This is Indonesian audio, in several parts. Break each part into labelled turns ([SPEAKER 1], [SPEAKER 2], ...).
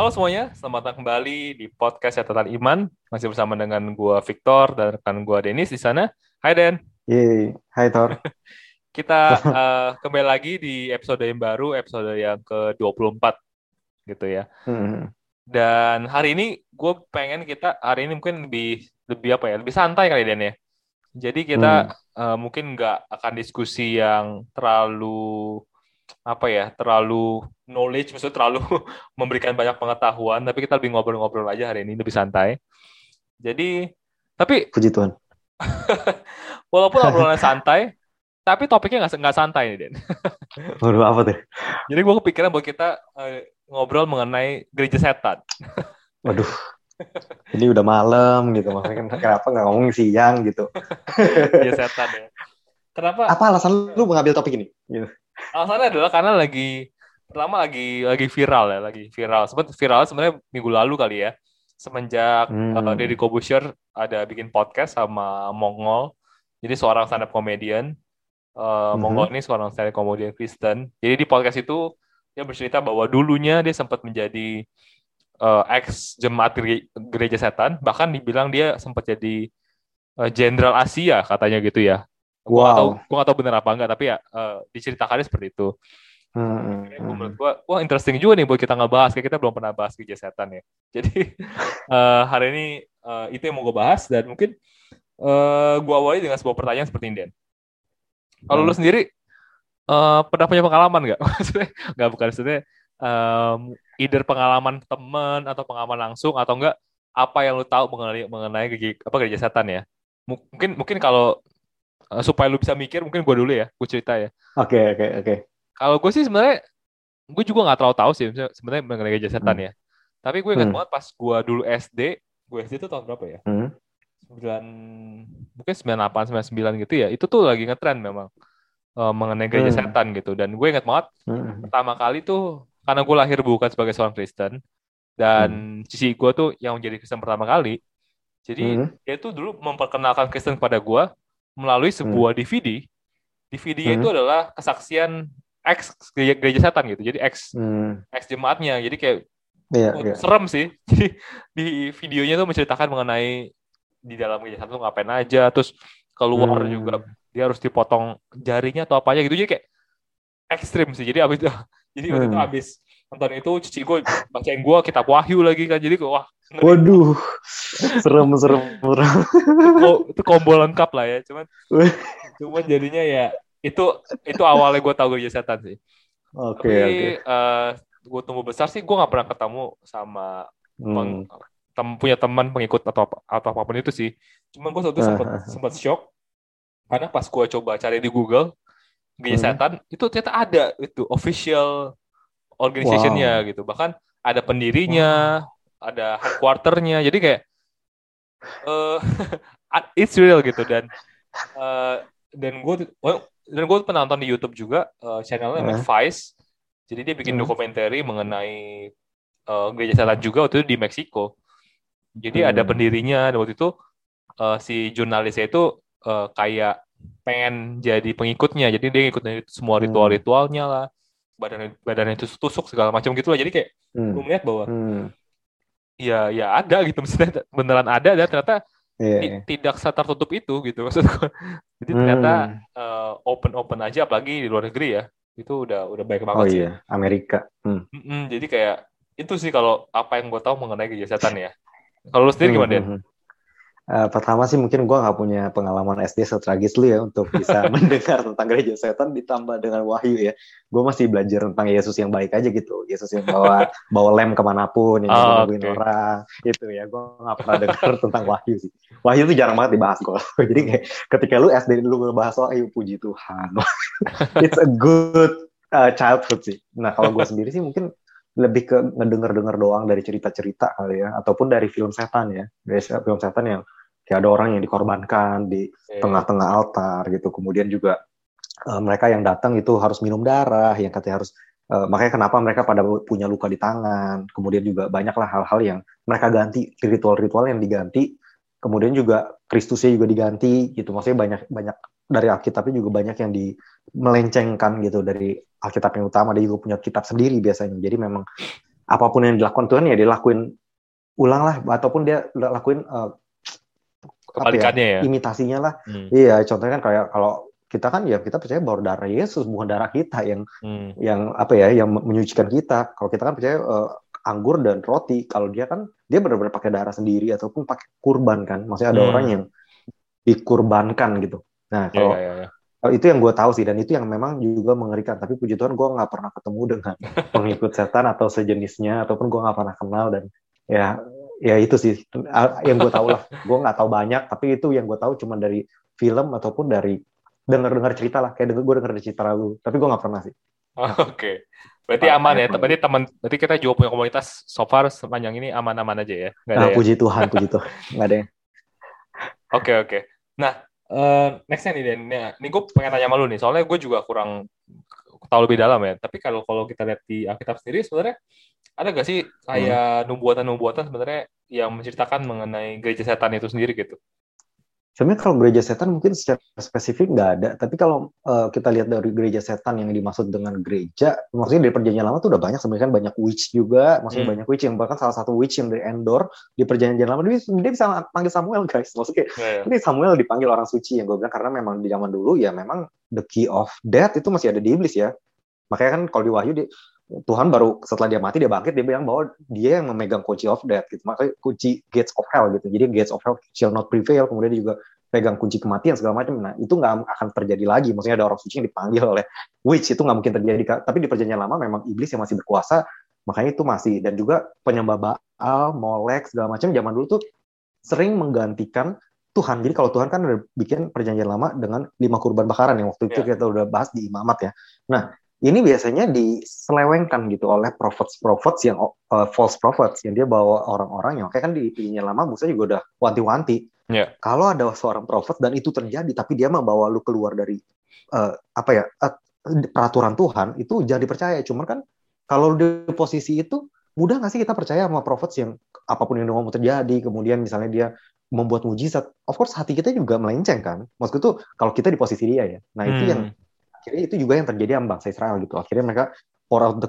[SPEAKER 1] Halo semuanya, selamat datang kembali di podcast Catatan Iman. Masih bersama dengan gua Victor dan rekan gua Denis di sana. Hai Den,
[SPEAKER 2] Yeay, hai Thor.
[SPEAKER 1] kita kembali lagi di episode yang baru, episode yang ke-24 gitu ya.
[SPEAKER 2] Hmm,
[SPEAKER 1] Dan hari ini gue pengen kita hari ini mungkin lebih lebih apa ya, lebih santai kali Den ya. Jadi kita
[SPEAKER 2] hmm.
[SPEAKER 1] mungkin nggak akan diskusi yang terlalu apa ya, terlalu knowledge, maksudnya terlalu memberikan banyak pengetahuan, tapi kita lebih ngobrol-ngobrol aja hari ini, lebih santai. Jadi, tapi
[SPEAKER 2] Puji Tuhan.
[SPEAKER 1] walaupun obrolannya santai, tapi topiknya nggak santai nih, Den.
[SPEAKER 2] Waduh, apa tuh?
[SPEAKER 1] Jadi gue kepikiran bahwa kita ngobrol mengenai gereja setan.
[SPEAKER 2] Waduh, ini udah malam gitu. Maksudnya kenapa nggak ngomong siang gitu?
[SPEAKER 1] Gereja setan ya. Kenapa?
[SPEAKER 2] Apa alasan lu mengambil topik ini? Gitu.
[SPEAKER 1] Alasannya adalah karena pertama lagi viral ya, lagi viral. Viral sebenarnya minggu lalu kali ya. Semenjak Deddy
[SPEAKER 2] Hmm,
[SPEAKER 1] Corbuzier ada bikin podcast sama Mongol. Jadi seorang stand up comedian. Mongol
[SPEAKER 2] mhm,
[SPEAKER 1] ini seorang stand up comedian Kristen. Jadi di podcast itu dia bercerita bahwa dulunya dia sempat menjadi ex jemaat gereja setan. Bahkan dibilang dia sempat jadi jenderal Asia katanya gitu ya.
[SPEAKER 2] Wow.
[SPEAKER 1] Gua nggak tahu benar apa enggak, tapi ya diceritakannya seperti itu.
[SPEAKER 2] Hmm,
[SPEAKER 1] Gue menurut
[SPEAKER 2] hmm.
[SPEAKER 1] gue, wah interesting juga nih buat kita ngebahas. Kayak kita belum pernah bahas gereja setan ya. Jadi hari ini itu yang mau gue bahas dan mungkin gue awali dengan sebuah pertanyaan seperti ini, Den. Kalau lu
[SPEAKER 2] Hmm.
[SPEAKER 1] sendiri pernah punya pengalaman nggak? Maksudnya nggak, bukan maksudnya either pengalaman teman atau pengalaman langsung atau enggak apa yang lu tahu mengenai gereja setan ya. Mungkin mungkin kalau supaya lu bisa mikir, mungkin gue dulu ya, gue cerita ya.
[SPEAKER 2] Oke, oke, oke.
[SPEAKER 1] Kalau gue sih sebenarnya gue juga nggak terlalu tahu sih sebenarnya mengenai gereja setan
[SPEAKER 2] Hmm,
[SPEAKER 1] ya. Tapi gue ingat
[SPEAKER 2] hmm,
[SPEAKER 1] banget pas gue dulu SD, gue SD itu tahun berapa ya?
[SPEAKER 2] hmm,
[SPEAKER 1] 9, mungkin 98, 99 gitu ya. Itu tuh lagi ngetren memang mengenai gereja
[SPEAKER 2] hmm,
[SPEAKER 1] setan gitu. Dan gue ingat banget
[SPEAKER 2] hmm,
[SPEAKER 1] pertama kali tuh karena gue lahir bukan sebagai seorang Kristen
[SPEAKER 2] hmm,
[SPEAKER 1] dan cici gue tuh yang menjadi Kristen pertama kali. Jadi
[SPEAKER 2] hmm,
[SPEAKER 1] dia tuh dulu memperkenalkan Kristen kepada gue melalui
[SPEAKER 2] hmm,
[SPEAKER 1] sebuah DVD. DVD-nya itu
[SPEAKER 2] hmm,
[SPEAKER 1] adalah kesaksian ex gereja setan gitu. Jadi
[SPEAKER 2] hmm.
[SPEAKER 1] ex jemaatnya. Jadi kayak
[SPEAKER 2] Iya,
[SPEAKER 1] oh,
[SPEAKER 2] iya.
[SPEAKER 1] serem sih. Jadi di videonya tuh menceritakan mengenai di dalam gereja setan tuh ngapain aja, terus keluar juga
[SPEAKER 2] Hmm,
[SPEAKER 1] dia harus dipotong jarinya atau apanya gitu. Jadi kayak ekstrim sih. Jadi abis jadi waktu itu
[SPEAKER 2] hmm.
[SPEAKER 1] abis nonton itu cici gue bacain gue kitab Wahyu lagi kan. Jadi gue wah ngeri.
[SPEAKER 2] Waduh, serem, serem, serem.
[SPEAKER 1] Itu combo lengkap lah ya. Cuman jadinya ya itu itu awalnya gue tahu gereja setan sih.
[SPEAKER 2] Oke,
[SPEAKER 1] Tapi
[SPEAKER 2] oke.
[SPEAKER 1] gue tumbuh besar sih gue nggak pernah ketemu sama peng,
[SPEAKER 2] Hmm.
[SPEAKER 1] punya teman pengikut atau apapun itu sih. Cuman gue waktu itu sempat
[SPEAKER 2] Ah,
[SPEAKER 1] sempat shock karena pas gue coba cari di Google gereja
[SPEAKER 2] hmm.
[SPEAKER 1] setan itu ternyata ada itu official organization-nya
[SPEAKER 2] Wow.
[SPEAKER 1] gitu. Bahkan ada pendirinya,
[SPEAKER 2] Wow.
[SPEAKER 1] ada headquarter-nya. Jadi kayak eh it's real gitu eh, dan gue pernah nonton di YouTube juga channelnya namanya
[SPEAKER 2] Eh,
[SPEAKER 1] Vice. Jadi dia bikin
[SPEAKER 2] hmm.
[SPEAKER 1] dokumenter mengenai gereja setan juga waktu itu di Meksiko. Jadi ada
[SPEAKER 2] Hmm.
[SPEAKER 1] pendirinya dan waktu itu si jurnalisnya itu kayak pengen jadi pengikutnya. Jadi dia ngikutin semua
[SPEAKER 2] Hmm.
[SPEAKER 1] ritual-ritualnya lah. Badannya itu tusuk segala macam gitu lah. Jadi kayak gue
[SPEAKER 2] Hmm.
[SPEAKER 1] melihat bahwa
[SPEAKER 2] Hmm.
[SPEAKER 1] ya ada gitu, maksudnya beneran ada dan ternyata
[SPEAKER 2] Iya, iya.
[SPEAKER 1] tidak setertutup itu gitu maksudku. Jadi ternyata
[SPEAKER 2] Hmm.
[SPEAKER 1] open aja apalagi di luar negeri ya. Itu udah baik
[SPEAKER 2] Oh
[SPEAKER 1] banget sih.
[SPEAKER 2] iya, Amerika. Hmm.
[SPEAKER 1] Jadi kayak itu sih kalau apa yang gue tahu mengenai gereja setan ya. Kalau lu sendiri
[SPEAKER 2] Hmm.
[SPEAKER 1] gimana,
[SPEAKER 2] Hmm.
[SPEAKER 1] Den?
[SPEAKER 2] Hmm. Pertama sih mungkin gue nggak punya pengalaman SD setragis lu ya untuk bisa mendengar tentang gereja setan ditambah dengan wahyu ya. Gue masih belajar tentang Yesus yang baik aja gitu. Yesus yang bawa bawa lem kemanapun, yang nyembuhin
[SPEAKER 1] Oke.
[SPEAKER 2] orang itu ya. Gue nggak pernah dengar tentang wahyu sih. Wahyu tuh jarang banget dibahas kok. Jadi kayak ketika lu SD lu ngebahas wahyu, puji Tuhan. It's a good childhood sih. Nah kalau gue sendiri sih mungkin lebih ke ngedenger-denger doang dari cerita-cerita kali ya, ataupun dari film setan ya, dari film setan yang kayak ada orang yang dikorbankan di
[SPEAKER 1] Oke.
[SPEAKER 2] tengah-tengah altar gitu, kemudian juga mereka yang datang itu harus minum darah, yang katanya harus makanya kenapa mereka pada punya luka di tangan, kemudian juga banyaklah hal-hal yang mereka ganti, ritual-ritual yang diganti, kemudian juga Kristusnya juga diganti gitu, maksudnya banyak banyak dari Alkitabnya juga banyak yang melencengkan gitu dari Alkitab yang utama. Dia juga punya kitab sendiri biasanya, jadi memang apapun yang dilakukan Tuhan ya dilakuin ulang lah, ataupun dia lakuin
[SPEAKER 1] Kebalikannya ya.
[SPEAKER 2] imitasinya lah. Iya, contohnya kan kayak kalau kita kan ya kita percaya bahwa darah Yesus bukan darah kita yang yang menyucikan kita. Kalau kita kan percaya anggur dan roti. Kalau dia kan dia benar-benar pakai darah sendiri ataupun pakai kurban kan. Maksudnya ada orang yang dikurbankan gitu. Nah, kalau itu yang gue tahu sih, dan itu yang memang juga mengerikan. Tapi puji Tuhan gue nggak pernah ketemu dengan pengikut setan atau sejenisnya, ataupun gue nggak pernah kenal. Dan ya itu sih yang gue tahu lah. Gue nggak tahu banyak, tapi itu yang gue tahu cuma dari film ataupun dari dengar cerita lah. Kayak gue dengar cerita lu, tapi gue nggak pernah sih.
[SPEAKER 1] Oke. Berarti aman ya. Berarti kita juga punya komunitas so far sepanjang ini aman-aman aja ya. Nggak ada
[SPEAKER 2] puji Tuhan. Nggak ada yang.
[SPEAKER 1] Oke. Nah, nextnya nih Den. Ini gue pengen tanya sama lu nih. Soalnya gue juga kurang tahu lebih dalam ya. Tapi kalau kita lihat di Alkitab sendiri sebenarnya ada gak sih kayak nubuatan-nubuatan sebenarnya yang menceritakan mengenai gereja setan itu sendiri gitu?
[SPEAKER 2] Sebenarnya kalau gereja setan mungkin secara spesifik nggak ada. Tapi kalau kita lihat dari gereja setan yang dimaksud dengan gereja, maksudnya dari perjanjian lama tuh udah banyak sebenarnya, kan banyak witch juga. Maksudnya banyak witch yang bahkan salah satu witch yang di Endor di perjanjian lama dia bisa panggil Samuel guys. Maksudnya ini Samuel dipanggil orang suci yang gue bilang, karena memang di zaman dulu ya memang the key of death itu masih ada di iblis ya. Makanya kan kalau di Wahyu Tuhan baru setelah dia mati dia bangkit, dia bilang bahwa dia yang memegang kunci of death gitu. Makanya kunci gates of hell gitu. Jadi gates of hell shall not prevail. Kemudian dia juga pegang kunci kematian segala macam. Nah, itu nggak akan terjadi lagi. Maksudnya ada orang suci yang dipanggil oleh witch, itu nggak mungkin terjadi. Tapi di perjanjian lama memang iblis yang masih berkuasa. Makanya itu masih, dan juga penyembah Baal, Molek segala macam zaman dulu tuh sering menggantikan Tuhan. Jadi kalau Tuhan kan udah bikin perjanjian lama dengan 5 kurban bakaran yang waktu itu kita udah bahas di imamat ya. Nah, ini biasanya diselewengkan gitu oleh prophets yang false prophets, yang dia bawa orang-orang yang kayak kan di perjanjian lama Musa juga udah wanti-wanti. Kalau ada seorang prophet dan itu terjadi, tapi dia membawa lu keluar dari peraturan Tuhan, itu jangan dipercaya. Cuma kan kalau di posisi itu mudah nggak sih kita percaya sama prophets yang apapun yang mau terjadi, kemudian misalnya dia membuat mujizat, of course hati kita juga melenceng kan. Maksudku tuh kalau kita di posisi dia ya. Nah itu yang akhirnya itu juga yang terjadi sama bangsa Israel gitu. Akhirnya mereka pour out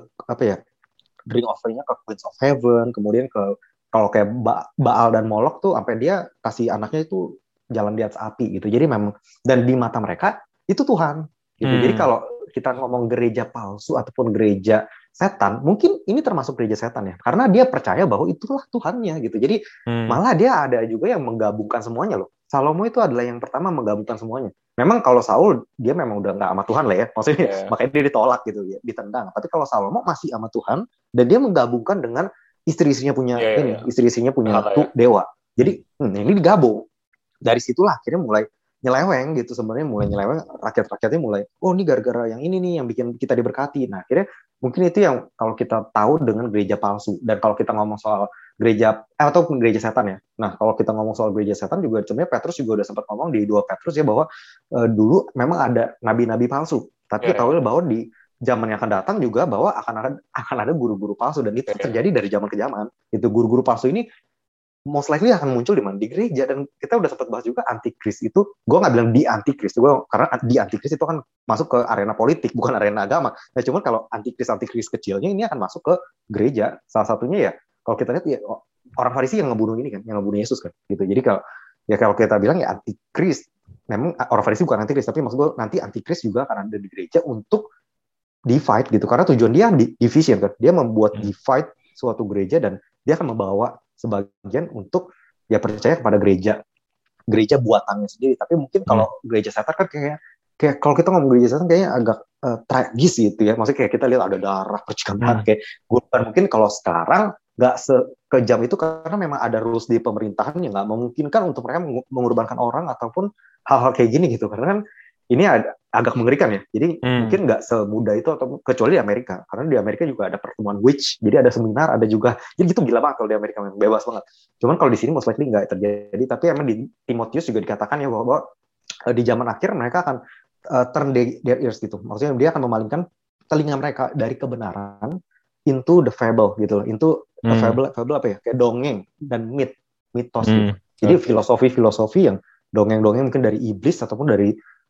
[SPEAKER 2] drink offering-nya ke Queens of Heaven, kemudian kalau kayak Baal dan Molok tuh sampai dia kasih anaknya itu jalan di atas api gitu. Jadi memang, dan di mata mereka itu Tuhan gitu. Jadi kalau kita ngomong gereja palsu ataupun gereja setan, mungkin ini termasuk gereja setan ya, karena dia percaya bahwa itulah Tuhannya gitu. Jadi malah dia ada juga yang menggabungkan semuanya loh. Salomo itu adalah yang pertama menggabungkan semuanya. Memang kalau Saul dia memang udah nggak sama Tuhan lah ya, maksudnya makanya dia ditolak gitu ya, ditendang. Tapi kalau Salomo masih sama Tuhan dan dia menggabungkan dengan istri-istrinya punya istri-istrinya punya dewa. Jadi ini digabung. Dari situlah akhirnya mulai nyeleweng gitu, sebenarnya mulai nyeleweng, rakyat-rakyatnya mulai ini gara-gara yang ini nih yang bikin kita diberkati. Nah akhirnya mungkin itu yang kalau kita tahu dengan gereja palsu. Dan kalau kita ngomong soal gereja ataupun gereja setan ya, nah kalau kita ngomong soal gereja setan juga sebenarnya Petrus juga udah sempat ngomong di 2 Petrus ya, bahwa dulu memang ada nabi-nabi palsu, tapi tahu bahwa di zaman yang akan datang juga bahwa akan ada guru-guru palsu, dan itu terjadi dari zaman ke zaman. Itu guru-guru palsu ini most likely akan muncul di mana? Di gereja. Dan kita udah sempat bahas juga antikris itu, gue nggak bilang di antikris, karena di antikris itu kan masuk ke arena politik, bukan arena agama. Nah cuman kalau antikris kecilnya ini akan masuk ke gereja. Salah satunya ya kalau kita lihat ya orang Farisi yang ngebunuh ini kan, yang ngebunuh Yesus kan gitu. Jadi kalau kita bilang ya antikris, memang orang Farisi bukan antikris, tapi maksud gue nanti antikris juga akan ada di gereja untuk divide gitu, karena tujuan dia division kan, dia membuat divide suatu gereja, dan dia akan membawa sebagian untuk ya percaya kepada gereja buatannya sendiri. Tapi mungkin kalau gereja setan kan kayak kalau kita ngomong gereja setan kayaknya agak tragis gitu ya, maksudnya kayak kita lihat ada darah, percikan darah, kayak mungkin kalau sekarang nggak sekejam itu, karena memang ada rules di pemerintahan yang nggak memungkinkan untuk mereka mengorbankan orang ataupun hal-hal kayak gini gitu, karena kan ini agak mengerikan ya. Jadi mungkin nggak semudah itu, atau kecuali di Amerika, karena di Amerika juga ada pertemuan witch, jadi ada seminar, ada juga, jadi gitu gila banget kalau di Amerika, memang bebas banget. Cuman kalau di sini most likely nggak terjadi. Tapi emang di Timotius juga dikatakan ya bahwa di zaman akhir mereka akan turn their ears gitu, maksudnya dia akan memalingkan telinga mereka dari kebenaran into the fable gitu, into fable apa ya, kayak dongeng dan mitos gitu. Jadi filosofi yang dongeng-dongeng mungkin dari iblis ataupun dari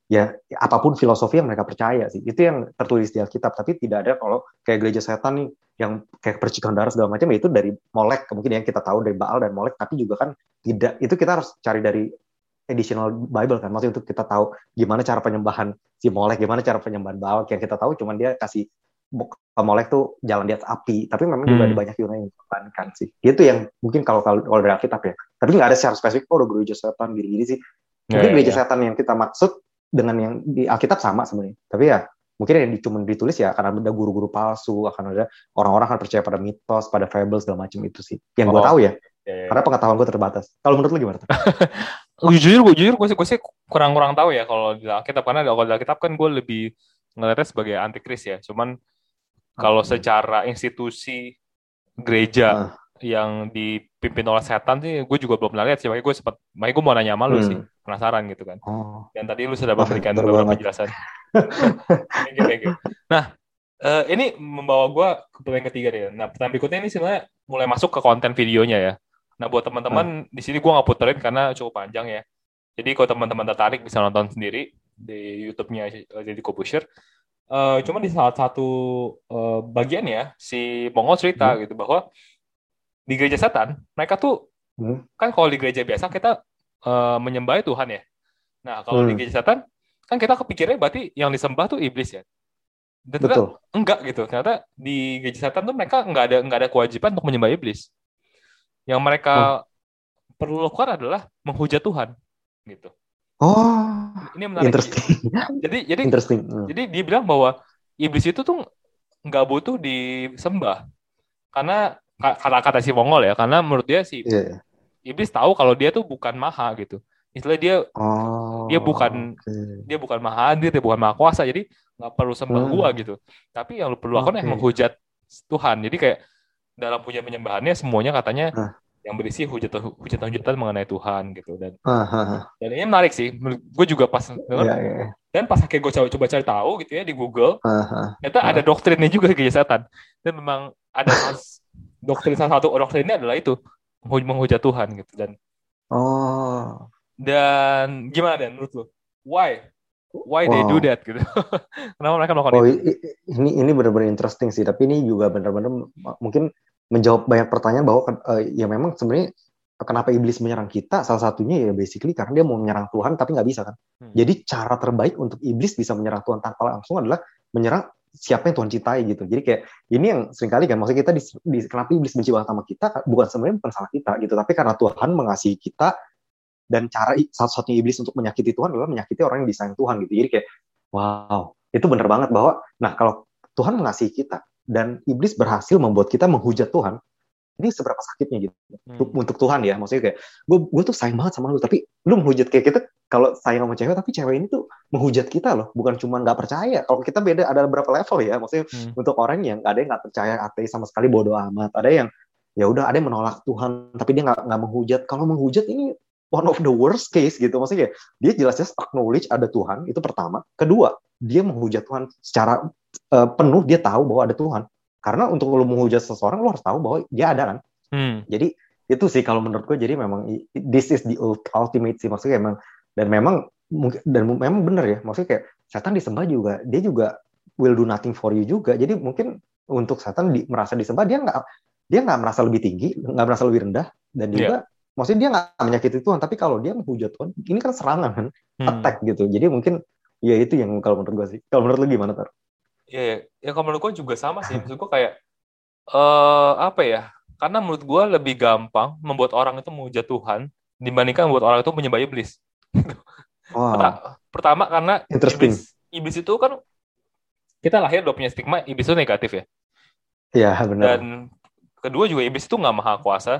[SPEAKER 2] apapun filosofi yang mereka percaya sih. Itu yang tertulis di Alkitab, tapi tidak ada kalau kayak gereja setan nih yang kayak percikan darah segala macam, itu dari Molek mungkin yang kita tahu dari Baal dan Molek, tapi juga kan tidak, itu kita harus cari dari additional Bible kan, maksudnya untuk kita tahu gimana cara penyembahan si Molek, gimana cara penyembahan Baal, yang kita tahu cuman dia kasih Molek tuh jalan di atas api, tapi memang juga ada banyak Yunani yang mengorbankan sih. Itu yang mungkin kalau dari Alkitab ya, tapi nggak ada secara spesifik udah gereja setan gini-gini sih. Mungkin gereja setan yang kita maksud dengan yang di Alkitab sama sebenarnya, tapi ya mungkin yang cuma ditulis ya karena ada guru-guru palsu, akan ada orang-orang akan percaya pada mitos, pada fable segala macam, itu sih yang gue tahu ya. Karena pengetahuan gue terbatas. Kalau menurut lu gimana?
[SPEAKER 1] Jujur gue sih kurang tahu ya kalau di Alkitab, karena kalau di Alkitab kan gue lebih ngeliatnya sebagai antikris ya. Cuman kalau secara institusi gereja yang dipimpin oleh setan sih gue juga belum pernah lihat sih. Makanya gue mau nanya sama lu sih, penasaran gitu kan. Dan tadi lu sudah memberikan beberapa penjelasan. Thank you. Nah, ini membawa gue ke pertanyaan ketiga deh. Nah, pertanyaan berikutnya ini sebenarnya mulai masuk ke konten videonya ya. Nah, buat teman-teman di sini gue nggak puterin karena cukup panjang ya. Jadi kalau teman-teman tertarik bisa nonton sendiri di YouTube-nya Deddy Corbuzier. Cuma di salah satu bagian ya si Mongol cerita gitu bahwa di gereja setan mereka tuh kan kalau di gereja biasa kita menyembah Tuhan ya. Nah, kalau di gereja setan kan kita kepikirnya berarti yang disembah tuh iblis ya. Dan ternyata enggak gitu. Ternyata di gereja setan tuh mereka enggak ada kewajiban untuk menyembah iblis. Yang mereka perlu lakukan adalah menghujat Tuhan gitu. Ini menarik.
[SPEAKER 2] Interesting.
[SPEAKER 1] Jadi dia bilang bahwa iblis itu tuh enggak butuh disembah. Karena kata si Mongol ya, karena menurut dia si iblis tahu kalau dia tuh bukan maha gitu. Istilahnya dia bukan maha hadir, dia bukan maha kuasa, jadi nggak perlu sembah gua gitu. Tapi yang lu perlu lakukan ya menghujat Tuhan. Jadi kayak dalam puja penyembahannya semuanya katanya yang berisi hujatan mengenai Tuhan gitu. Dan ini menarik sih. Gue juga pas denger, dan pas akhirnya gue coba cari tahu gitu ya di Google, ternyata ada doktrinnya juga gereja setan. Dan memang ada salah satu doktrinnya adalah itu menghujat Tuhan gitu. Dan gimana Dan menurut lu? Why they do that gitu? Kenapa mereka melakukan itu?
[SPEAKER 2] Ini benar-benar interesting sih. Tapi ini juga benar-benar mungkin menjawab banyak pertanyaan bahwa ya memang sebenarnya kenapa iblis menyerang kita, salah satunya ya basically karena dia mau menyerang Tuhan tapi nggak bisa kan. Jadi cara terbaik untuk iblis bisa menyerang Tuhan tanpa langsung adalah menyerang siapa yang Tuhan cintai gitu. Jadi kayak ini yang seringkali kan, maksudnya kita kenapa iblis benci banget sama kita, bukan salah kita gitu, tapi karena Tuhan mengasihi kita. Dan cara satu-satunya iblis untuk menyakiti Tuhan adalah menyakiti orang yang disayang Tuhan gitu. Jadi kayak wow, itu benar banget bahwa kalau Tuhan mengasihi kita dan iblis berhasil membuat kita menghujat Tuhan, ini seberapa sakitnya gitu untuk Tuhan ya. Maksudnya kayak gue tuh sayang banget sama lu, tapi lu menghujat kayak kita. Kalau sayang sama cewek, tapi cewek ini tuh menghujat kita loh, bukan cuma nggak percaya. Kalau kita beda, ada beberapa level ya. Maksudnya untuk orang yang ada yang nggak percaya, ateis sama sekali, bodoh amat. Ada yang ya udah, ada yang menolak Tuhan, tapi dia nggak menghujat. Kalau menghujat ini one of the worst case gitu. Maksudnya dia jelas-jelas acknowledge ada Tuhan, itu pertama. Kedua, dia menghujat Tuhan secara penuh, dia tahu bahwa ada Tuhan. Karena untuk lo menghujat seseorang, lo harus tahu bahwa dia ada kan. Jadi itu sih kalau menurut gue. Jadi memang this is the ultimate sih. Maksudnya memang memang benar ya. Maksudnya kayak setan disembah juga, dia juga will do nothing for you juga. Jadi mungkin untuk setan merasa disembah, dia nggak merasa lebih tinggi, nggak merasa lebih rendah, dan juga maksudnya dia nggak menyakiti Tuhan. Tapi kalau dia menghujat Tuhan, ini kan serangan kan, attack gitu. Jadi mungkin ya itu yang kalau menurut gue sih. Kalau menurut lu gimana, Tar?
[SPEAKER 1] Ya kalau menurut gue juga sama sih. Maksud gue kayak apa ya? Karena menurut gue lebih gampang membuat orang itu menghujat Tuhan dibandingkan membuat orang itu menyembah iblis. Pertama karena iblis itu kan kita lahir udah punya stigma iblis itu negatif ya.
[SPEAKER 2] Iya benar.
[SPEAKER 1] Dan kedua juga iblis itu nggak maha kuasa.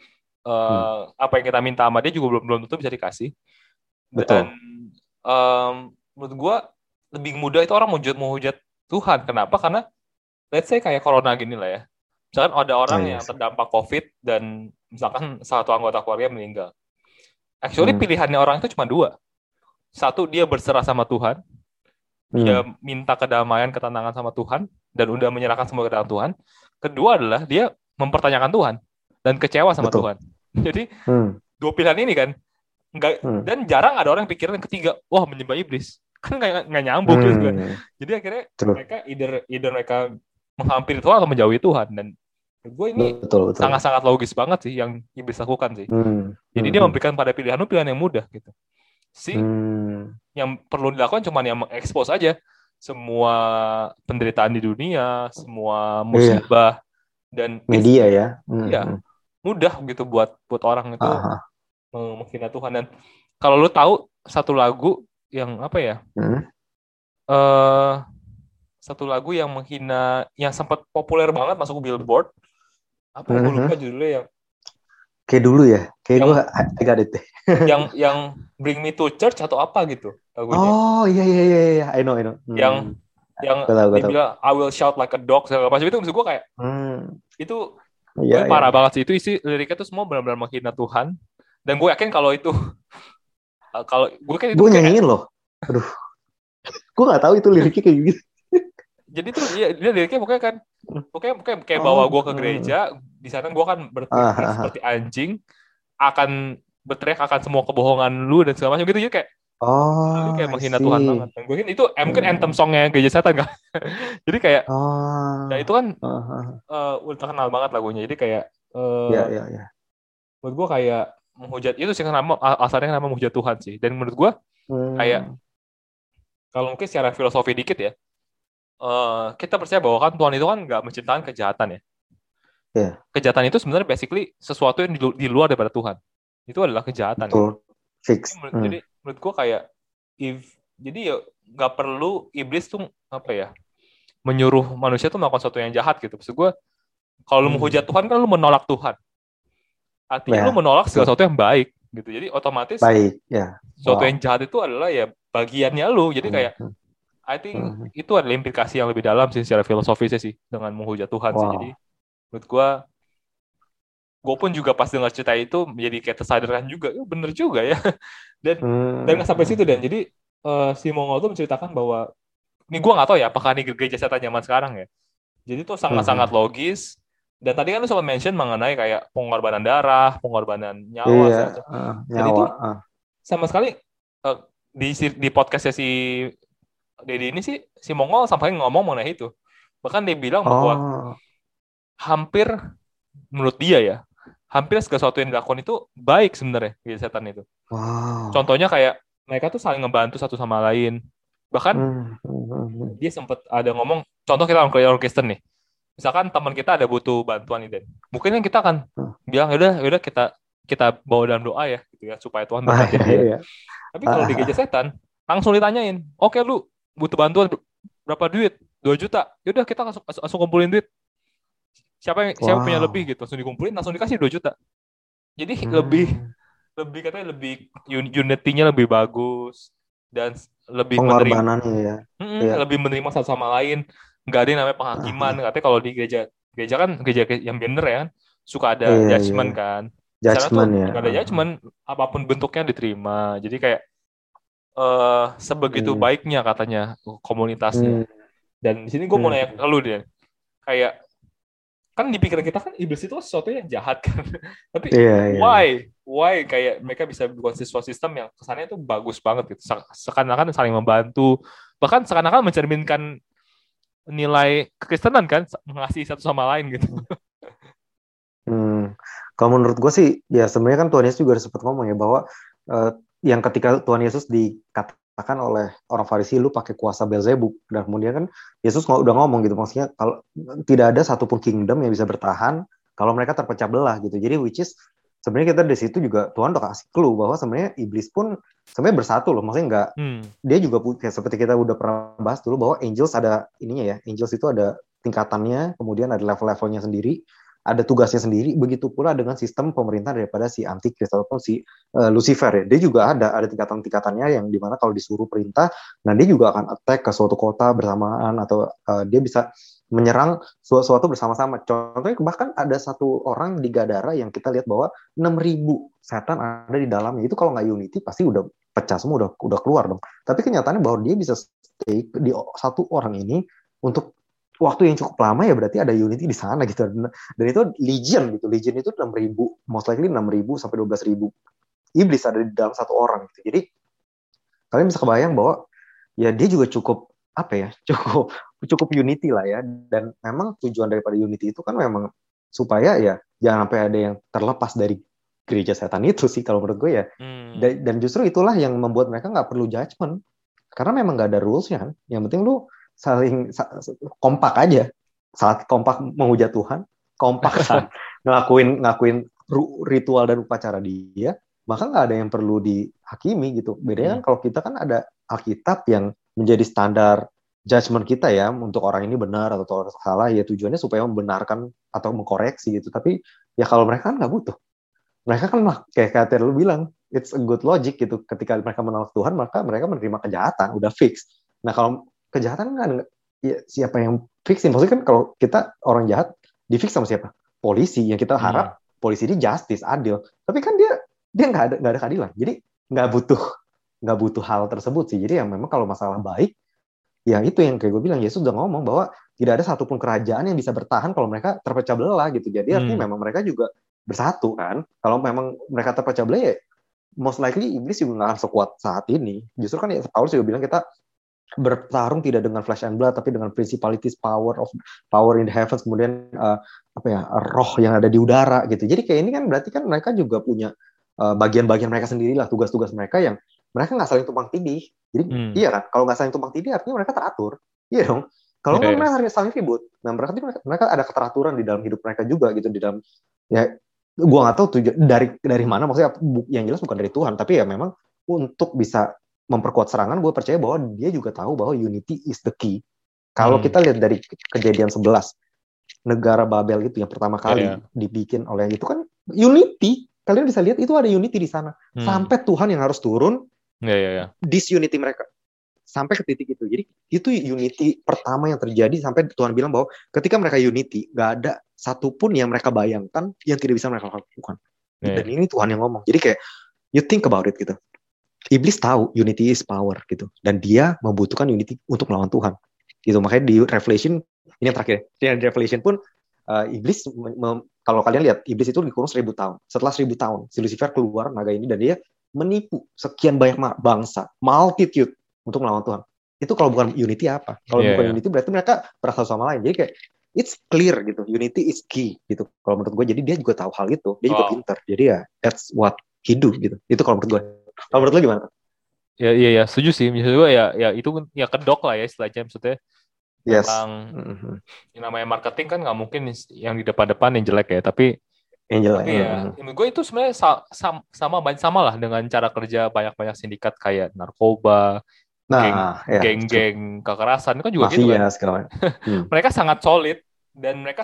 [SPEAKER 1] Apa yang kita minta sama dia juga belum tentu bisa dikasih.
[SPEAKER 2] Betul.
[SPEAKER 1] Dan menurut gue lebih mudah itu orang menghujat Tuhan. Kenapa? Karena let's say kayak corona gini lah ya. Misalkan ada orang yang terdampak COVID dan misalkan satu anggota keluarga meninggal. Actually pilihannya orang itu cuma dua. Satu, dia berserah sama Tuhan. Dia minta kedamaian, ketenangan sama Tuhan dan udah menyerahkan semua ke dalam Tuhan. Kedua adalah dia mempertanyakan Tuhan dan kecewa sama Tuhan. Jadi dua pilihan ini kan dan jarang ada orang yang pikiran yang ketiga, wah menyembah iblis. Kan nggak nyambung gitu kan.
[SPEAKER 2] Hmm.
[SPEAKER 1] Jadi akhirnya
[SPEAKER 2] True.
[SPEAKER 1] mereka either mereka menghampiri Tuhan atau menjauhi Tuhan. Dan gue ini
[SPEAKER 2] Betul, betul.
[SPEAKER 1] sangat-sangat logis banget sih yang iblis lakukan sih.
[SPEAKER 2] Hmm.
[SPEAKER 1] Jadi dia memberikan pada pilihan lu pilihan yang mudah gitu. Yang perlu dilakukan cuma yang mengekspos aja semua penderitaan di dunia, semua musibah dan
[SPEAKER 2] media ya.
[SPEAKER 1] Iya, mudah gitu buat orang itu menghina Tuhan. Dan kalau lu tahu satu lagu yang apa ya? Satu lagu yang menghina, yang sempat populer banget masuk ke Billboard. Apa ya? Gue lupa judulnya yang.
[SPEAKER 2] Kayak dulu ya, kayak gue agak deh.
[SPEAKER 1] yang Bring Me to Church atau apa gitu lagunya.
[SPEAKER 2] Oh iya, I know.
[SPEAKER 1] Yang dia bilang I will shout like a dog segala macam itu, maksud gue kayak itu parah banget sih. Itu isi liriknya tuh semua benar-benar menghina Tuhan. Dan gue yakin kalau itu kalau gue kan itu
[SPEAKER 2] gue nyanyiin loh. Aduh, gue nggak tahu itu liriknya kayak gitu.
[SPEAKER 1] Jadi tuh dia liriknya pokoknya kayak bawa gue ke gereja, di sana gue kan berteriak seperti anjing, akan berteriak akan semua kebohongan lu dan segala macam gitu. Jadi kayak kayak menghina Tuhan banget. Dan gue itu mungkin anthem songnya gereja setan kan. Jadi kayak ya itu kan udah terkenal banget lagunya. Jadi kayak menurut gue kayak menghujat itu sih asalnya kenapa menghujat Tuhan sih. Dan menurut gue kayak kalau mungkin secara filosofi dikit ya, kita percaya bahwa kan Tuhan itu kan nggak menciptakan kejahatan ya. Kejahatan itu sebenarnya basically sesuatu yang di luar daripada Tuhan. Itu adalah kejahatan.
[SPEAKER 2] Fix.
[SPEAKER 1] Jadi menurut gue kayak jadi ya nggak perlu iblis tuh apa ya menyuruh manusia tuh melakukan sesuatu yang jahat gitu. Maksud gue kalau lu menghujat Tuhan kan lu menolak Tuhan. Artinya lu menolak segala sesuatu yang baik gitu. Jadi otomatis sesuatu yang jahat itu adalah ya bagiannya lu. Jadi kayak I think itu adalah implikasi yang lebih dalam sih secara filosofisnya sih dengan menghujat Tuhan sih. Jadi menurut gue pun juga pas dengar cerita itu menjadi kayak tersadarkan juga, bener juga ya. Dan nggak sampai situ. Dan jadi si Mongol tuh menceritakan bahwa ini gue nggak tahu ya apakah ini gereja setan zaman sekarang ya. Jadi tuh sangat-sangat logis. Dan tadi kan lu sempat mention mengenai kayak pengorbanan darah, pengorbanan nyawa. Dan itu sama sekali di podcastnya si Dedi ini sih si Mongol sampai ngomong mengenai itu. Bahkan dia bilang bahwa hampir menurut dia ya, hampir segala sesuatu yang dilakukan itu baik sebenarnya gereja setan itu. Contohnya kayak mereka tuh saling ngebantu satu sama lain. Bahkan dia sempat ada ngomong, contoh kita orang Kristen nih. Misalkan teman kita ada butuh bantuan nih, Dan. Mungkin kan kita akan bilang yaudah kita bawa dalam doa ya gitu ya supaya Tuhan berkati dia. Tapi kalau di gereja setan langsung ditanyain, "Oke, lu butuh bantuan berapa duit? 2 juta. Yaudah kita langsung kumpulin duit. Siapa punya lebih gitu, langsung dikumpulin, langsung dikasih 2 juta. Jadi lebih katanya lebih unity-nya lebih bagus dan lebih
[SPEAKER 2] menerima
[SPEAKER 1] lebih menerima satu sama lain. Nggak ada yang namanya penghakiman. Katanya kalau di gereja kan gereja yang bener ya kan suka ada judgement kan.
[SPEAKER 2] Judgement ya.
[SPEAKER 1] Nggak ada judgement, apapun bentuknya diterima. Jadi kayak sebegitu baiknya katanya komunitasnya. Dan di sini gue mau nanya ke lu deh, kayak kan di pikiran kita kan iblis itu sesuatu yang jahat kan. Tapi why kayak mereka bisa buat sistem yang kesannya itu bagus banget gitu. Seakan-akan saling membantu, bahkan seakan-akan mencerminkan nilai kekristenan kan, mengasihi satu sama lain gitu.
[SPEAKER 2] Kalau menurut gue sih ya sebenarnya kan Tuhan Yesus juga sempat ngomong ya bahwa yang ketika Tuhan Yesus dikatakan oleh orang Farisi, lu pakai kuasa Beelzebub, dan kemudian kan Yesus udah ngomong gitu, maksudnya kalau tidak ada satupun kingdom yang bisa bertahan kalau mereka terpecah belah gitu. Jadi which is sebenarnya kita di situ juga Tuhan udah kasih clue bahwa sebenarnya iblis pun sebenarnya bersatu loh, maksudnya enggak dia juga kayak seperti kita udah pernah bahas dulu bahwa angels ada ininya ya, angels itu ada tingkatannya, kemudian ada level-levelnya sendiri, ada tugasnya sendiri. Begitu pula dengan sistem pemerintah daripada si antikris ataupun si Lucifer ya. Dia juga ada tingkatan-tingkatannya yang dimana kalau disuruh perintah, nah dia juga akan attack ke suatu kota bersamaan atau dia bisa menyerang suatu bersama-sama. Contohnya bahkan ada satu orang di Gadara yang kita lihat bahwa 6.000 setan ada di dalamnya. Itu kalau nggak unity pasti udah pecah semua, udah keluar dong. Tapi kenyataannya bahwa dia bisa stay di satu orang ini untuk waktu yang cukup lama, ya berarti ada unity di sana gitu. Dan itu legion gitu. Legion itu 6.000, most likely 6.000 sampai 12.000 iblis ada di dalam satu orang gitu. Jadi kalian bisa kebayang bahwa ya dia juga cukup apa ya, cukup unity lah ya. Dan memang tujuan daripada unity itu kan memang supaya ya jangan sampai ada yang terlepas dari gereja setan itu sih kalau menurut gue ya. Dan justru itulah yang membuat mereka nggak perlu judgement karena memang nggak ada rulesnya kan. Yang penting lu saling kompak aja, saat kompak menghujat Tuhan, kompak saat ngakuin ritual dan upacara dia, maka nggak ada yang perlu dihakimi gitu. Bedanya kan kalau kita kan ada Alkitab yang menjadi standar judgement kita ya, untuk orang ini benar atau orang salah, ya tujuannya supaya membenarkan atau mengkoreksi gitu. Tapi ya kalau mereka kan nggak butuh. Mereka kan kayak kata lu bilang, it's a good logic gitu. Ketika mereka menolak Tuhan, maka mereka menerima kejahatan, udah fix. Nah kalau kejahatan kan ya, siapa yang fixin? Maksudnya kan kalau kita orang jahat, di fix sama siapa? Polisi. Yang kita harap polisi ini justice, adil. Tapi kan dia nggak ada keadilan. Jadi nggak butuh hal tersebut sih. Jadi yang memang kalau masalah baik, ya itu yang kayak gue bilang, Yesus udah ngomong bahwa tidak ada satupun kerajaan yang bisa bertahan kalau mereka terpecah belah gitu. Jadi artinya memang mereka juga bersatu kan. Kalau memang mereka terpecah belah ya most likely iblis juga nggak akan sekuat saat ini. Justru kan ya Paulus juga bilang kita bertarung tidak dengan flesh and blood tapi dengan principalities, power in the heavens, kemudian roh yang ada di udara gitu. Jadi kayak ini kan berarti kan mereka juga punya bagian-bagian mereka sendiri lah, tugas-tugas mereka yang mereka nggak saling tumpang tindih. Jadi iya kan, kalau nggak saling tumpang tindih artinya mereka teratur. Iya dong. Kalau nggak mereka harus saling ribut. Nah mereka ada keteraturan di dalam hidup mereka juga gitu, di dalam ya gue nggak tahu tujuan dari mana, maksudnya yang jelas bukan dari Tuhan, tapi ya memang untuk bisa memperkuat serangan, gue percaya bahwa dia juga tahu bahwa unity is the key. Kalau kita lihat dari Kejadian 11, negara Babel itu yang pertama kali dibikin oleh itu kan unity. Kalian bisa lihat itu ada unity di sana. Sampai Tuhan yang harus turun disunity mereka. Sampai ke titik itu. Jadi itu unity pertama yang terjadi sampai Tuhan bilang bahwa ketika mereka unity, gak ada satupun yang mereka bayangkan yang tidak bisa mereka lakukan. Dan ini Tuhan yang ngomong. Jadi kayak you think about it gitu. Iblis tahu unity is power gitu. Dan dia membutuhkan unity untuk melawan Tuhan. Gitu. Makanya di Revelation, ini yang terakhir. Di Revelation pun iblis, kalau kalian lihat, iblis itu dikurung 1000 tahun. Setelah 1000 tahun, si Lucifer keluar naga ini dan dia menipu sekian banyak bangsa, multitude untuk melawan Tuhan. Itu kalau bukan unity apa? Kalau bukan unity berarti mereka berasal sama lain. Jadi kayak it's clear gitu. Unity is key gitu. Kalau menurut gue, jadi dia juga tahu hal itu. Dia juga pintar. Jadi ya that's what he do gitu. Itu kalau menurut gue. Kalau menurut lo gimana?
[SPEAKER 1] Ya, setuju sih. Maksud gue ya itu ya kedok lah ya istilahnya, maksudnya.
[SPEAKER 2] Yes.
[SPEAKER 1] Yang namanya marketing kan nggak mungkin yang di depan-depan yang jelek ya, tapi ya menurut gue itu sebenarnya sama lah dengan cara kerja banyak-banyak sindikat kayak narkoba, geng-geng kekerasan itu kan juga gitu kan. Mereka sangat solid dan mereka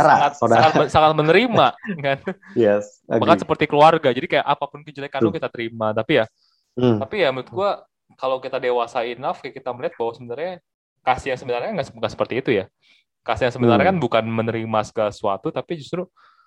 [SPEAKER 1] sangat menerima kan.
[SPEAKER 2] Yes.
[SPEAKER 1] Bahkan seperti keluarga. Jadi kayak apapun kejelekan lu kita terima. Tapi ya menurut gue kalau kita dewasa enough, kayak kita melihat bahwa sebenarnya kasih yang sebenarnya nggak seperti itu ya. Kasih yang sebenarnya kan bukan menerima segala sesuatu, tapi justru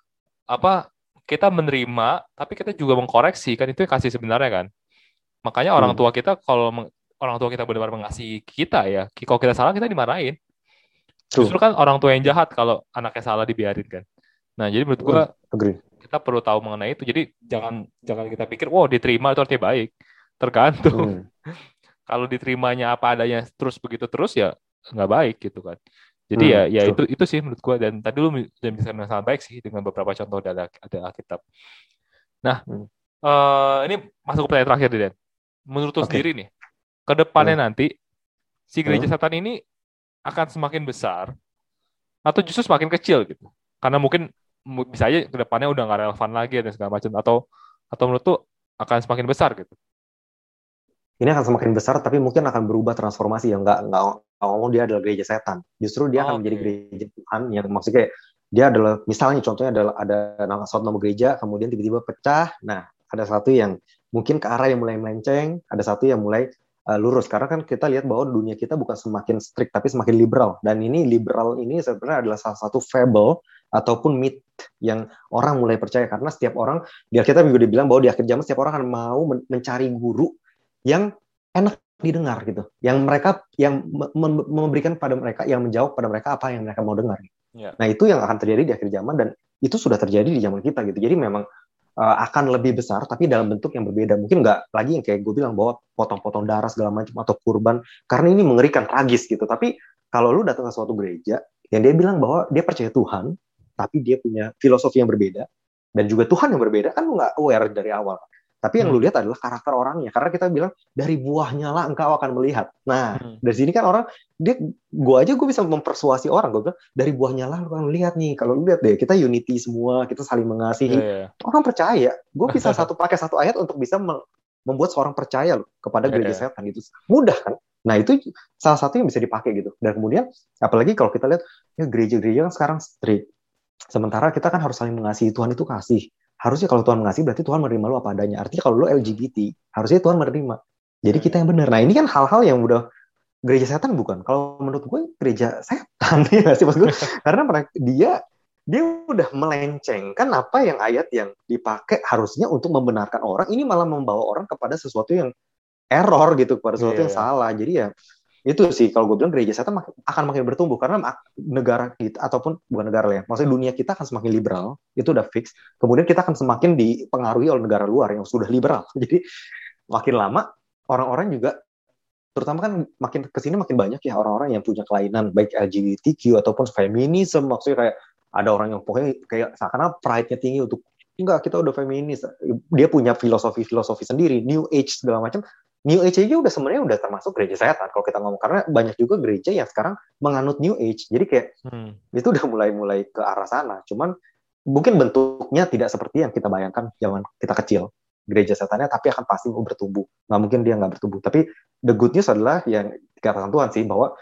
[SPEAKER 1] kita menerima, tapi kita juga mengkoreksi, kan itu kasih sebenarnya kan. Makanya orang tua kita, kalau orang tua kita benar-benar mengasihi kita ya, kalau kita salah kita dimarahin. Justru kan orang tua yang jahat kalau anaknya salah dibiarin kan. Nah jadi menurut gua kita perlu tahu mengenai itu. Jadi jangan kita pikir diterima itu artinya baik. Tergantung. Kalau diterimanya apa adanya terus begitu terus ya nggak baik gitu kan. Jadi ya itu sih menurut gue. Dan tadi lu sudah bisa sangat baik sih dengan beberapa contoh ada Alkitab. Nah ini masuk ke pertanyaan terakhir nih Dan. Menurut lu sendiri nih, ke depannya nanti si gereja setan ini akan semakin besar atau justru semakin kecil gitu? Karena mungkin bisa aja ke depannya udah nggak relevan lagi dan segala macam, atau menurut lu akan semakin besar gitu?
[SPEAKER 2] Ini akan semakin besar, tapi mungkin akan berubah transformasi ya. Nggak ngomong dia adalah gereja setan. Justru dia akan menjadi gereja Tuhan, yang maksudnya dia adalah, misalnya contohnya adalah ada suatu nama gereja, kemudian tiba-tiba pecah. Nah, ada satu yang mungkin ke arah yang mulai melenceng, ada satu yang mulai lurus. Karena kan kita lihat bahwa dunia kita bukan semakin strict, tapi semakin liberal. Dan ini liberal ini sebenarnya adalah salah satu fable ataupun myth yang orang mulai percaya. Karena setiap orang, di Alkitab juga dibilang bahwa di akhir zaman setiap orang akan mau mencari guru yang enak didengar gitu, yang memberikan pada mereka, yang menjawab pada mereka apa yang mereka mau dengar. Nah itu yang akan terjadi di akhir zaman, dan itu sudah terjadi di zaman kita gitu. Jadi memang akan lebih besar tapi dalam bentuk yang berbeda. Mungkin nggak lagi yang kayak gue bilang bahwa potong-potong darah segala macam atau kurban, karena ini mengerikan, tragis gitu. Tapi kalau lu datang ke suatu gereja yang dia bilang bahwa dia percaya Tuhan, tapi dia punya filosofi yang berbeda dan juga Tuhan yang berbeda, kan lu nggak aware dari awal. Tapi yang lu lihat adalah karakter orangnya, karena kita bilang dari buahnya lah engkau akan melihat. Nah, dari sini kan orang, gue bisa mempersuasi orang, gue bilang dari buahnya lah lu akan lihat nih. Kalau lu lihat deh, kita unity semua, kita saling mengasihi. Orang percaya. Gue bisa pakai satu ayat untuk bisa membuat seorang percaya loh kepada gereja setan. Itu mudah kan? Nah, itu salah satu yang bisa dipakai gitu. Dan kemudian apalagi kalau kita lihat ya gereja-gereja kan sekarang strict. Sementara kita kan harus saling mengasihi. Tuhan itu kasih. Harusnya kalau Tuhan mengasihi berarti Tuhan menerima lu apa adanya. Artinya kalau lu LGBT, harusnya Tuhan menerima. Jadi kita yang benar. Nah, ini kan hal-hal yang udah gereja setan bukan? Kalau menurut gue gereja setan ya sih maksud gue. Karena dia udah melencengkan apa yang ayat yang dipakai harusnya untuk membenarkan orang, ini malah membawa orang kepada sesuatu yang error gitu, kepada sesuatu yang salah. Jadi ya itu sih kalau gue bilang gereja setan akan makin bertumbuh karena negara kita ataupun bukan negara lah ya, maksudnya dunia kita akan semakin liberal, itu udah fix. Kemudian kita akan semakin dipengaruhi oleh negara luar yang sudah liberal. Jadi makin lama orang-orang juga, terutama kan makin kesini makin banyak ya orang-orang yang punya kelainan baik LGBTQ ataupun feminisme, maksudnya kayak ada orang yang pokoknya kayak seakan pride-nya tinggi untuk enggak kita udah feminis, dia punya filosofi sendiri, New Age segala macam. New Age aja udah sebenarnya udah termasuk gereja setan kalau kita ngomong, karena banyak juga gereja yang sekarang menganut New Age. Jadi kayak itu udah mulai ke arah sana. Cuman mungkin bentuknya tidak seperti yang kita bayangkan zaman kita kecil gereja setannya, tapi akan pasti bertumbuh. Nggak mungkin dia nggak bertumbuh. Tapi the good news adalah yang dikatakan Tuhan sih bahwa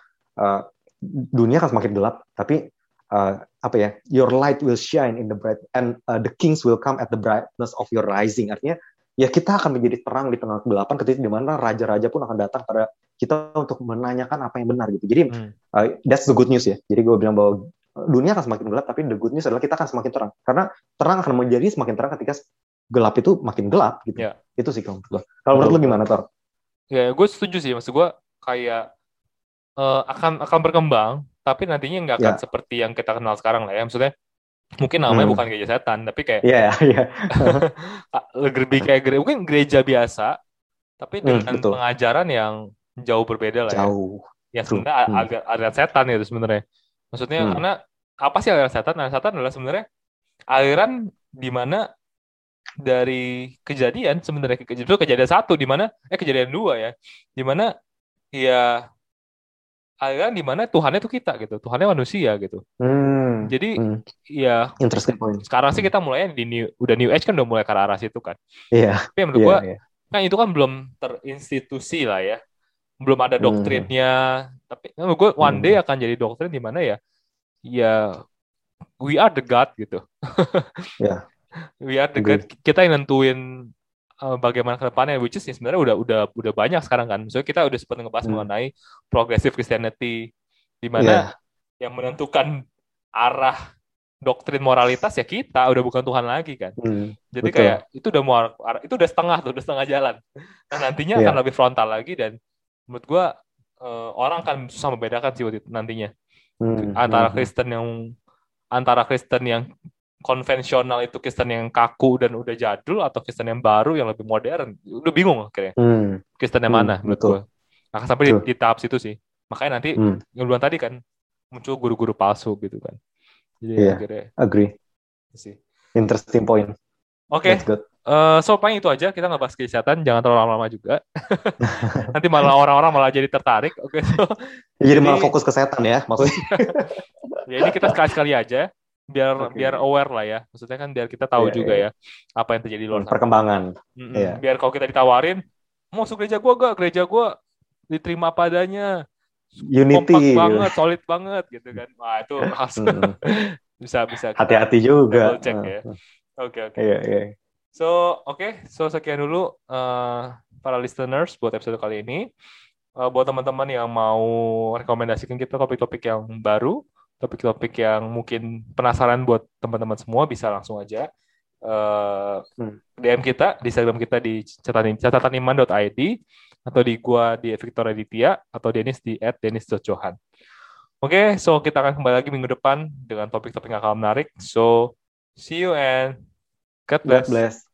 [SPEAKER 2] dunia akan semakin gelap, tapi apa ya, your light will shine in the bright and the kings will come at the brightness of your rising. Artinya ya kita akan menjadi terang di tengah kegelapan ketika di mana raja-raja pun akan datang pada kita untuk menanyakan apa yang benar gitu. Jadi that's the good news ya. Jadi gue bilang bahwa dunia akan semakin gelap, tapi the good news adalah kita akan semakin terang. Karena terang akan menjadi semakin terang ketika gelap itu makin gelap gitu. Ya. Itu sih kalau menurut gue. Kalau menurut lu gimana, Tor?
[SPEAKER 1] Ya, gue setuju sih. Maksud gue kayak akan berkembang, tapi nantinya nggak akan seperti yang kita kenal sekarang lah ya. Maksudnya mungkin namanya bukan gereja setan, tapi kayak lebih kayak mungkin gereja biasa, tapi dengan pengajaran yang jauh berbeda lah ya. Ya sebenarnya aliran setan itu sebenarnya. Maksudnya karena apa sih aliran setan? Aliran setan adalah sebenarnya aliran di mana dari kejadian sebenarnya kejadian 1 di mana kejadian 2 ya, di mana ya aliran di mana Tuhannya itu kita gitu, Tuhannya manusia gitu. Jadi ya
[SPEAKER 2] interesting point.
[SPEAKER 1] Sekarang sih kita mulainya udah New Age kan udah mulai ke arah situ kan.
[SPEAKER 2] Iya.
[SPEAKER 1] Tapi menurut gua kan itu kan belum terinstitusi lah ya. Belum ada doktrinnya, tapi menurut gua one day akan jadi doktrin di mana ya we are the God gitu.
[SPEAKER 2] Yeah.
[SPEAKER 1] We are the God. Kita yang nentuin bagaimana ke depannya, which is sebenarnya udah banyak sekarang kan. Misalnya kita udah sempat ngebahas mengenai progressive Christianity, di mana yang menentukan arah doktrin moralitas ya kita, udah bukan Tuhan lagi kan. Jadi betul. Kayak itu udah setengah jalan. Nah nantinya akan lebih frontal lagi, dan menurut gua orang akan susah membedakan sih waktu itu nantinya antara Kristen yang konvensional itu Kristen yang kaku dan udah jadul, atau Kristen yang baru yang lebih modern. Udah bingung akhirnya. Kristen yang mana menurut gue. Akan sampai di tahap situ sih. Makanya nanti yang duluan tadi kan muncul guru-guru palsu gitu kan. Jadi akhirnya
[SPEAKER 2] agree.
[SPEAKER 1] Sih.
[SPEAKER 2] Interesting point.
[SPEAKER 1] Oke. So paling itu aja, kita ngebahas kesehatan, jangan terlalu lama-lama juga. Nanti malah orang-orang malah jadi tertarik. Oke,
[SPEAKER 2] jadi malah fokus kesehatan ya maksudnya.
[SPEAKER 1] Ya ini kita sekali-sekali aja. Biar aware lah ya, maksudnya kan biar kita tahu juga ya apa yang terjadi di luar sana.
[SPEAKER 2] Perkembangan.
[SPEAKER 1] Biar kalau kita ditawarin mau masuk gereja gua diterima padanya,
[SPEAKER 2] unity
[SPEAKER 1] kompak banget, solid banget gitu kan. Wah itu bisa
[SPEAKER 2] hati-hati juga.
[SPEAKER 1] Cek ya. Oke.
[SPEAKER 2] Iya.
[SPEAKER 1] So sekian dulu para listeners buat episode kali ini. Buat teman-teman yang mau rekomendasikan kita topik-topik yang baru, topik-topik yang mungkin penasaran buat teman-teman semua, bisa langsung aja DM kita di Instagram kita di catataniman.id, atau di gua di Victor Aditya, atau Dennis di @dennis.johan. Oke, so kita akan kembali lagi minggu depan dengan topik-topik yang akan menarik. So see you and God
[SPEAKER 2] God
[SPEAKER 1] bless.
[SPEAKER 2] bless.